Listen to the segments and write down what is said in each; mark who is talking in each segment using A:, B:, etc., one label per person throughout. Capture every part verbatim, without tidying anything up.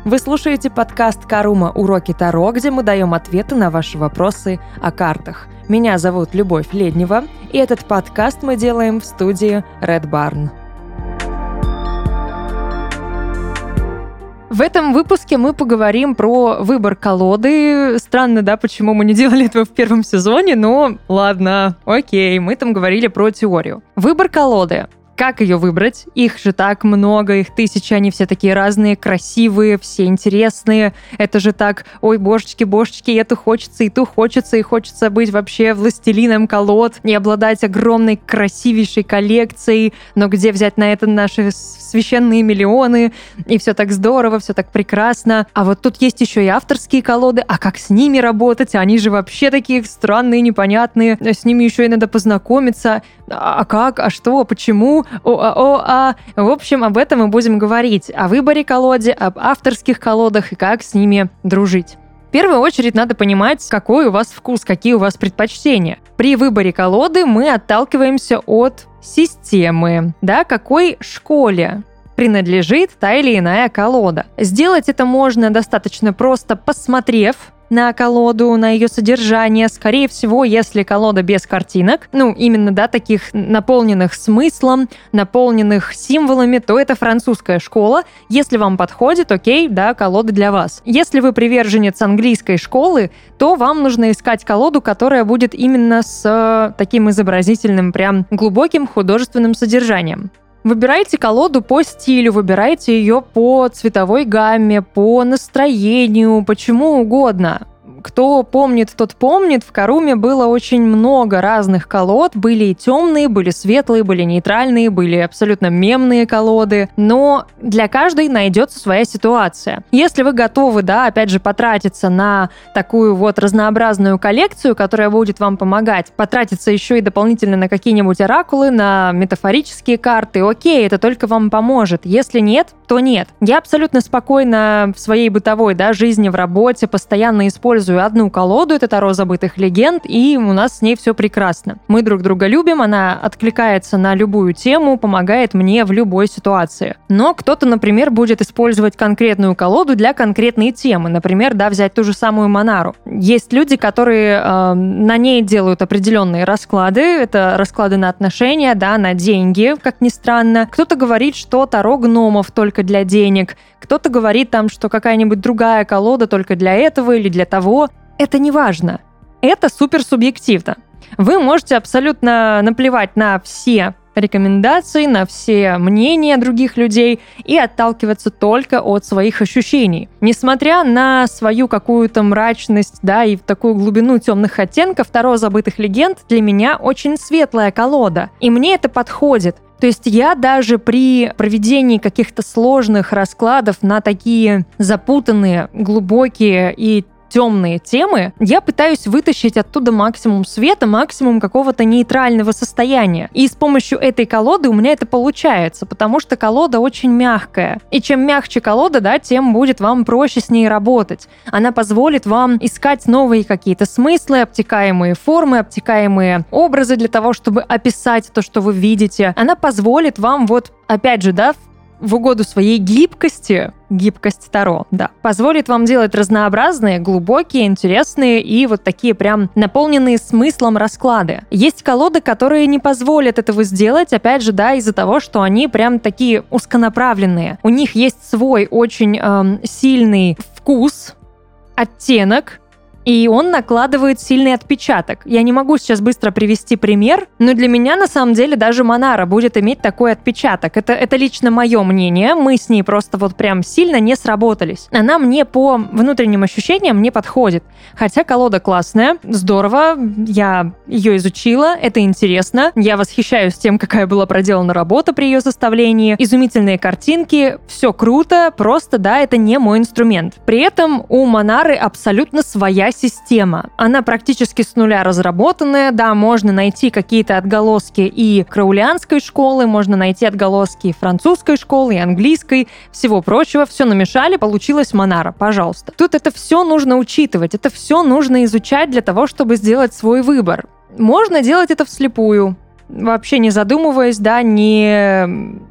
A: Вы слушаете подкаст «Карума. Уроки Таро», где мы даем ответы на ваши вопросы о картах. Меня зовут Любовь Леднева, и этот подкаст мы делаем в студии Red Barn. В этом выпуске мы поговорим про выбор колоды. Странно, да, почему мы не делали этого в первом сезоне, но ладно, окей, мы там говорили про теорию. Выбор колоды. Как ее выбрать? Их же так много, их тысячи, они все такие разные, красивые, все интересные. Это же так, ой, божечки, божечки, и эту хочется, и ту хочется, и хочется быть вообще властелином колод и обладать огромной, красивейшей коллекцией. Но где взять на это наши священные миллионы? И все так здорово, все так прекрасно. А вот тут есть еще и авторские колоды, а как с ними работать? Они же вообще такие странные, непонятные. С ними еще и надо познакомиться. А как? А что? Почему? О-а-о-а. В общем, об этом мы будем говорить. О выборе колоде, об авторских колодах и как с ними дружить. В первую очередь надо понимать, какой у вас вкус, какие у вас предпочтения. При выборе колоды мы отталкиваемся от системы, да, какой школе принадлежит та или иная колода. Сделать это можно достаточно просто, посмотрев на колоду, на ее содержание. Скорее всего, если колода без картинок, ну, именно, да, таких наполненных смыслом, наполненных символами, то это французская школа. Если вам подходит, окей, да, колода для вас. Если вы приверженец английской школы, то вам нужно искать колоду, которая будет именно с таким изобразительным, прям глубоким художественным содержанием. Выбирайте колоду по стилю, выбирайте ее по цветовой гамме, по настроению, почему угодно. Кто помнит, тот помнит, в Каруме было очень много разных колод, были и темные, были светлые, были нейтральные, были абсолютно мемные колоды, но для каждой найдется своя ситуация. Если вы готовы, да, опять же, потратиться на такую вот разнообразную коллекцию, которая будет вам помогать, потратиться еще и дополнительно на какие-нибудь оракулы, на метафорические карты, окей, это только вам поможет. Если нет, то нет. Я абсолютно спокойно в своей бытовой, да, жизни, в работе постоянно использую одну колоду, это Таро забытых легенд, и у нас с ней все прекрасно. Мы друг друга любим, она откликается на любую тему, помогает мне в любой ситуации. Но кто-то, например, будет использовать конкретную колоду для конкретной темы. Например, да, взять ту же самую Монару. Есть люди, которые э, на ней делают определенные расклады. Это расклады на отношения, да, на деньги, как ни странно. Кто-то говорит, что Таро гномов только для денег. Кто-то говорит там, что какая-нибудь другая колода только для этого или для того. Это не важно. Это супер субъективно. Вы можете абсолютно наплевать на все рекомендации, на все мнения других людей и отталкиваться только от своих ощущений. Несмотря на свою какую-то мрачность, да, и такую глубину темных оттенков, Таро забытых легенд для меня очень светлая колода. И мне это подходит. То есть я даже при проведении каких-то сложных раскладов на такие запутанные, глубокие и темные темы, я пытаюсь вытащить оттуда максимум света, максимум какого-то нейтрального состояния. И с помощью этой колоды у меня это получается, потому что колода очень мягкая. И чем мягче колода, да, тем будет вам проще с ней работать. Она позволит вам искать новые какие-то смыслы, обтекаемые формы, обтекаемые образы для того, чтобы описать то, что вы видите. Она позволит вам вот, опять же, да, в угоду своей гибкости, гибкость Таро, да, позволит вам делать разнообразные, глубокие, интересные и вот такие прям наполненные смыслом расклады. Есть колоды, которые не позволят этого сделать, опять же, да, из-за того, что они прям такие узконаправленные. У них есть свой очень эм, сильный вкус, оттенок, и он накладывает сильный отпечаток. Я не могу сейчас быстро привести пример, но для меня на самом деле даже Монара будет иметь такой отпечаток. Это, это лично мое мнение, мы с ней просто вот прям сильно не сработались. Она мне по внутренним ощущениям не подходит. Хотя колода классная, здорово, я ее изучила, это интересно. Я восхищаюсь тем, какая была проделана работа при ее составлении. Изумительные картинки, все круто, просто, да, это не мой инструмент. При этом у Монары абсолютно своя система. Она практически с нуля разработанная, да, можно найти какие-то отголоски и краулианской школы, можно найти отголоски и французской школы, и английской, всего прочего, все намешали, получилась Монара, пожалуйста. Тут это все нужно учитывать, это все нужно изучать для того, чтобы сделать свой выбор. Можно делать это вслепую, вообще не задумываясь, да, не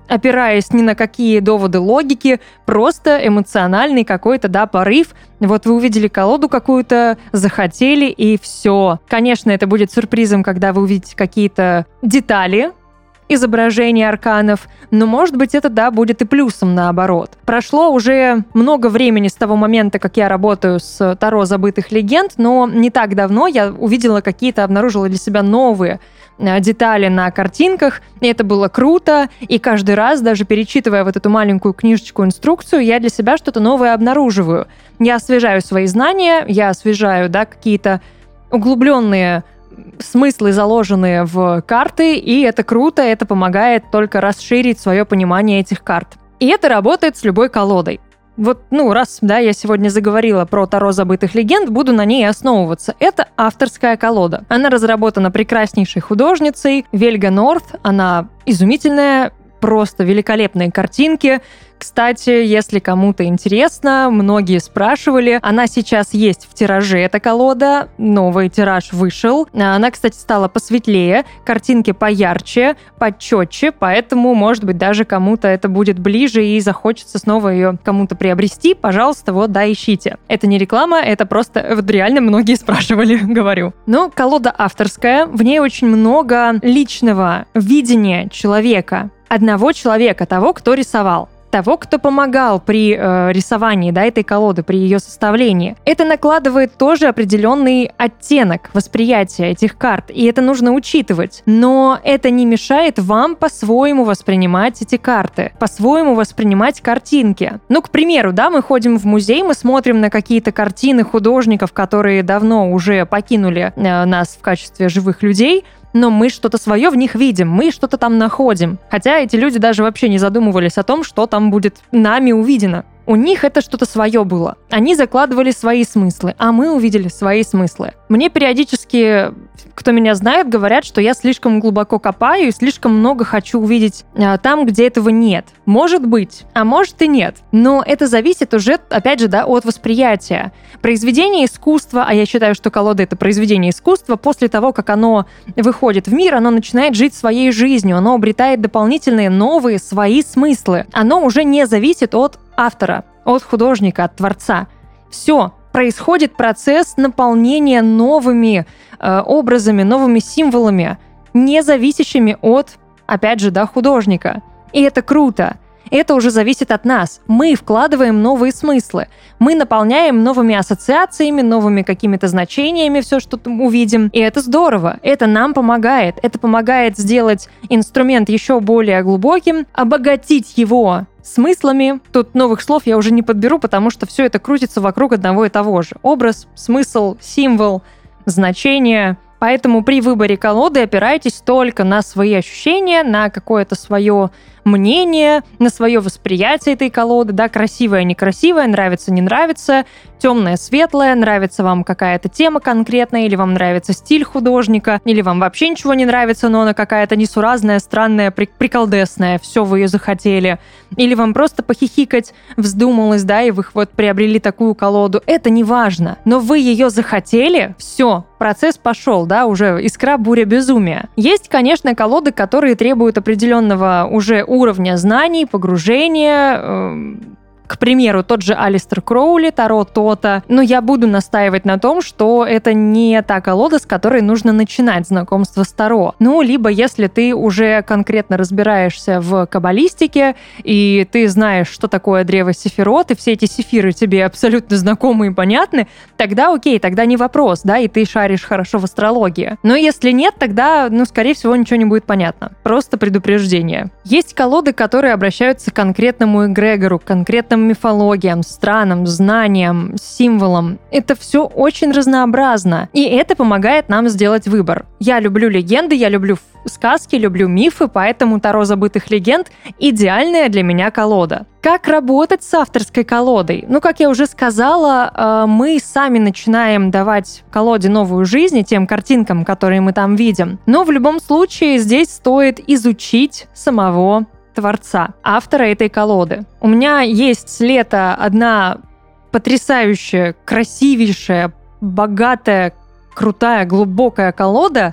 A: опираясь ни на какие доводы логики, просто эмоциональный какой-то, да, порыв. Вот вы увидели колоду какую-то, захотели, и все. Конечно, это будет сюрпризом, когда вы увидите какие-то детали изображения арканов, но, может быть, это, да, будет и плюсом наоборот. Прошло уже много времени с того момента, как я работаю с Таро забытых легенд, но не так давно я увидела какие-то, обнаружила для себя новые детали на картинках, и это было круто, и каждый раз, даже перечитывая вот эту маленькую книжечку-инструкцию, я для себя что-то новое обнаруживаю. Я освежаю свои знания, я освежаю, да, какие-то углубленные смыслы, заложенные в карты, и это круто, это помогает только расширить свое понимание этих карт. И это работает с любой колодой. Вот, ну, раз, да, я сегодня заговорила про Таро забытых легенд, буду на ней основываться. Это авторская колода. Она разработана прекраснейшей художницей Вельга Норт. Она изумительная, просто великолепные картинки. Кстати, если кому-то интересно, многие спрашивали, она сейчас есть в тираже, эта колода, новый тираж вышел. Она, кстати, стала посветлее, картинки поярче, почетче, поэтому, может быть, даже кому-то это будет ближе и захочется снова ее кому-то приобрести, пожалуйста, вот, да, ищите. Это не реклама, это просто, вот реально многие спрашивали, говорю. Но колода авторская, в ней очень много личного видения человека, одного человека, того, кто рисовал. Того, кто помогал при э, рисовании, да, этой колоды, при ее составлении. Это накладывает тоже определенный оттенок восприятия этих карт, и это нужно учитывать. Но это не мешает вам по-своему воспринимать эти карты, по-своему воспринимать картинки. Ну, к примеру, да, мы ходим в музей, мы смотрим на какие-то картины художников, которые давно уже покинули э, нас в качестве живых людей, но мы что-то свое в них видим, мы что-то там находим. Хотя эти люди даже вообще не задумывались о том, что там будет нами увидено. У них это что-то свое было. Они закладывали свои смыслы, а мы увидели свои смыслы. Мне периодически, кто меня знает, говорят, что я слишком глубоко копаю и слишком много хочу увидеть а, там, где этого нет. Может быть, а может и нет. Но это зависит уже, опять же, да, от восприятия. Произведение искусства, а я считаю, что колода — это произведение искусства, после того, как оно выходит в мир, оно начинает жить своей жизнью, оно обретает дополнительные новые свои смыслы. Оно уже не зависит от автора, от художника, от творца. Все, происходит процесс наполнения новыми э, образами, новыми символами, не зависящими от, опять же, да, художника. И это круто. Это уже зависит от нас. Мы вкладываем новые смыслы. Мы наполняем новыми ассоциациями, новыми какими-то значениями все, что увидим. И это здорово. Это нам помогает. Это помогает сделать инструмент еще более глубоким, обогатить его смыслами. Тут новых слов я уже не подберу, потому что все это крутится вокруг одного и того же. Образ, смысл, символ, значение. Поэтому при выборе колоды опирайтесь только на свои ощущения, на какое-то свое мнение, на свое восприятие этой колоды, да, красивая, некрасивая, нравится, не нравится, темная, светлая, нравится вам какая-то тема конкретная, или вам нравится стиль художника, или вам вообще ничего не нравится, но она какая-то несуразная, странная, при- приколдесная, все, вы ее захотели, или вам просто похихикать вздумалось, да, и вы вот приобрели такую колоду, это не важно, но вы ее захотели, все, процесс пошел, да, уже искра, буря, безумия. Есть, конечно, колоды, которые требуют определенного уже уровня знаний, погружения, э, к примеру, тот же Алистер Кроули, Таро Тота. Но я буду настаивать на том, что это не та колода, с которой нужно начинать знакомство с Таро. Ну, либо если ты уже конкретно разбираешься в каббалистике, и ты знаешь, что такое древо Сефирот, и все эти сефиры тебе абсолютно знакомы и понятны, тогда окей, тогда не вопрос, да, и ты шаришь хорошо в астрологии. Но если нет, тогда, ну, скорее всего, ничего не будет понятно. Просто предупреждение. Есть колоды, которые обращаются к конкретному эгрегору, к конкретному мифологиям, странам, знаниям, символам. Это все очень разнообразно, и это помогает нам сделать выбор. Я люблю легенды, я люблю сказки, люблю мифы, поэтому Таро забытых легенд — идеальная для меня колода. Как работать с авторской колодой? Ну, как я уже сказала, мы сами начинаем давать колоде новую жизнь и тем картинкам, которые мы там видим. Но в любом случае здесь стоит изучить самого творца, автора этой колоды. У меня есть с лета одна потрясающая, красивейшая, богатая, крутая, глубокая колода,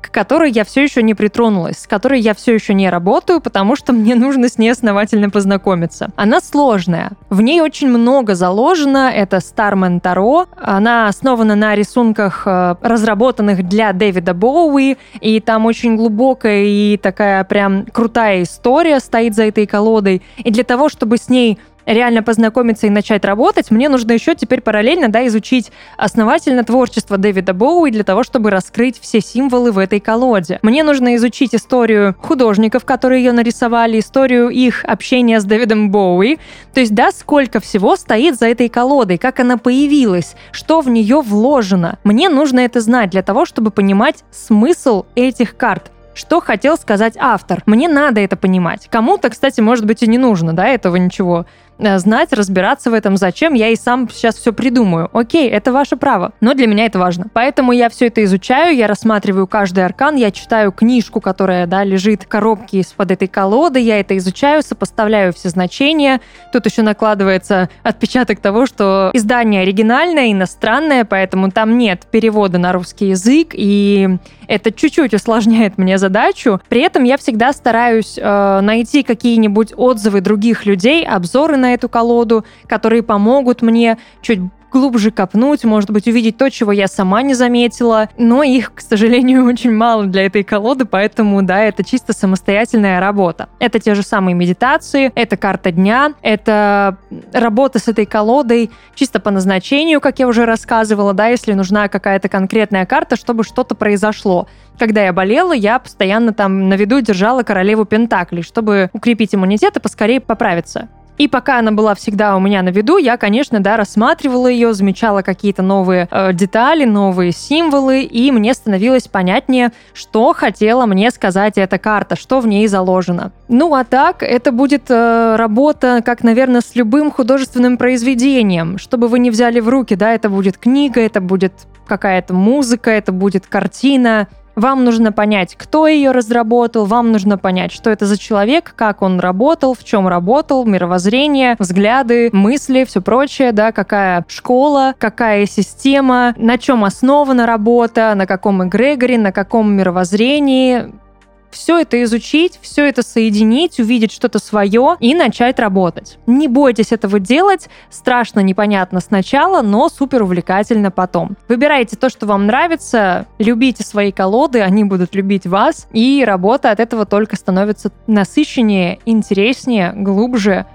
A: к которой я все еще не притронулась, с которой я все еще не работаю, потому что мне нужно с ней основательно познакомиться. Она сложная. В ней очень много заложено. Это Starman Tarot. Она основана на рисунках, разработанных для Дэвида Боуи, и там очень глубокая и такая прям крутая история стоит за этой колодой. И для того, чтобы с ней реально познакомиться и начать работать, мне нужно еще теперь параллельно, да, изучить основательно творчество Дэвида Боуи для того, чтобы раскрыть все символы в этой колоде. Мне нужно изучить историю художников, которые ее нарисовали, историю их общения с Дэвидом Боуи. То есть, да, сколько всего стоит за этой колодой, как она появилась, что в нее вложено. Мне нужно это знать для того, чтобы понимать смысл этих карт. Что хотел сказать автор. Мне надо это понимать. Кому-то, кстати, может быть, и не нужно, да, этого ничего знать, разбираться в этом, зачем, я и сам сейчас все придумаю. Окей, это ваше право, но для меня это важно. Поэтому я все это изучаю, я рассматриваю каждый аркан, я читаю книжку, которая, да, лежит в коробке из-под этой колоды, я это изучаю, сопоставляю все значения. Тут еще накладывается отпечаток того, что издание оригинальное, иностранное, поэтому там нет перевода на русский язык, и это чуть-чуть усложняет мне задачу. При этом я всегда стараюсь э, найти какие-нибудь отзывы других людей, обзоры на эту колоду, которые помогут мне чуть глубже копнуть, может быть, увидеть то, чего я сама не заметила, но их, к сожалению, очень мало для этой колоды, поэтому, да, это чисто самостоятельная работа. Это те же самые медитации, это карта дня, это работа с этой колодой чисто по назначению, как я уже рассказывала, да, если нужна какая-то конкретная карта, чтобы что-то произошло. Когда я болела, я постоянно там на виду держала королеву Пентаклей, чтобы укрепить иммунитет и поскорее поправиться. И пока она была всегда у меня на виду, я, конечно, да, рассматривала ее, замечала какие-то новые э, детали, новые символы, и мне становилось понятнее, что хотела мне сказать эта карта, что в ней заложено. Ну а так, это будет э, работа, как, наверное, с любым художественным произведением. Что бы вы ни взяли в руки, да, это будет книга, это будет какая-то музыка, это будет картина. Вам нужно понять, кто ее разработал, вам нужно понять, что это за человек, как он работал, в чем работал, мировоззрение, взгляды, мысли, все прочее, да, какая школа, какая система, на чем основана работа, на каком эгрегоре, на каком мировоззрении. Все это изучить, все это соединить, увидеть что-то свое и начать работать. Не бойтесь этого делать, страшно, непонятно сначала, но супер увлекательно потом. Выбирайте то, что вам нравится, любите свои колоды, они будут любить вас, и работа от этого только становится насыщеннее, интереснее, глубже.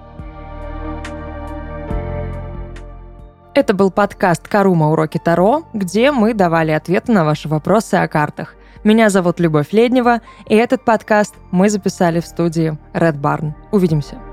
A: Это был подкаст «Карума. Уроки Таро», где мы давали ответы на ваши вопросы о картах. Меня зовут Любовь Леднева, и этот подкаст мы записали в студии Red Barn. Увидимся.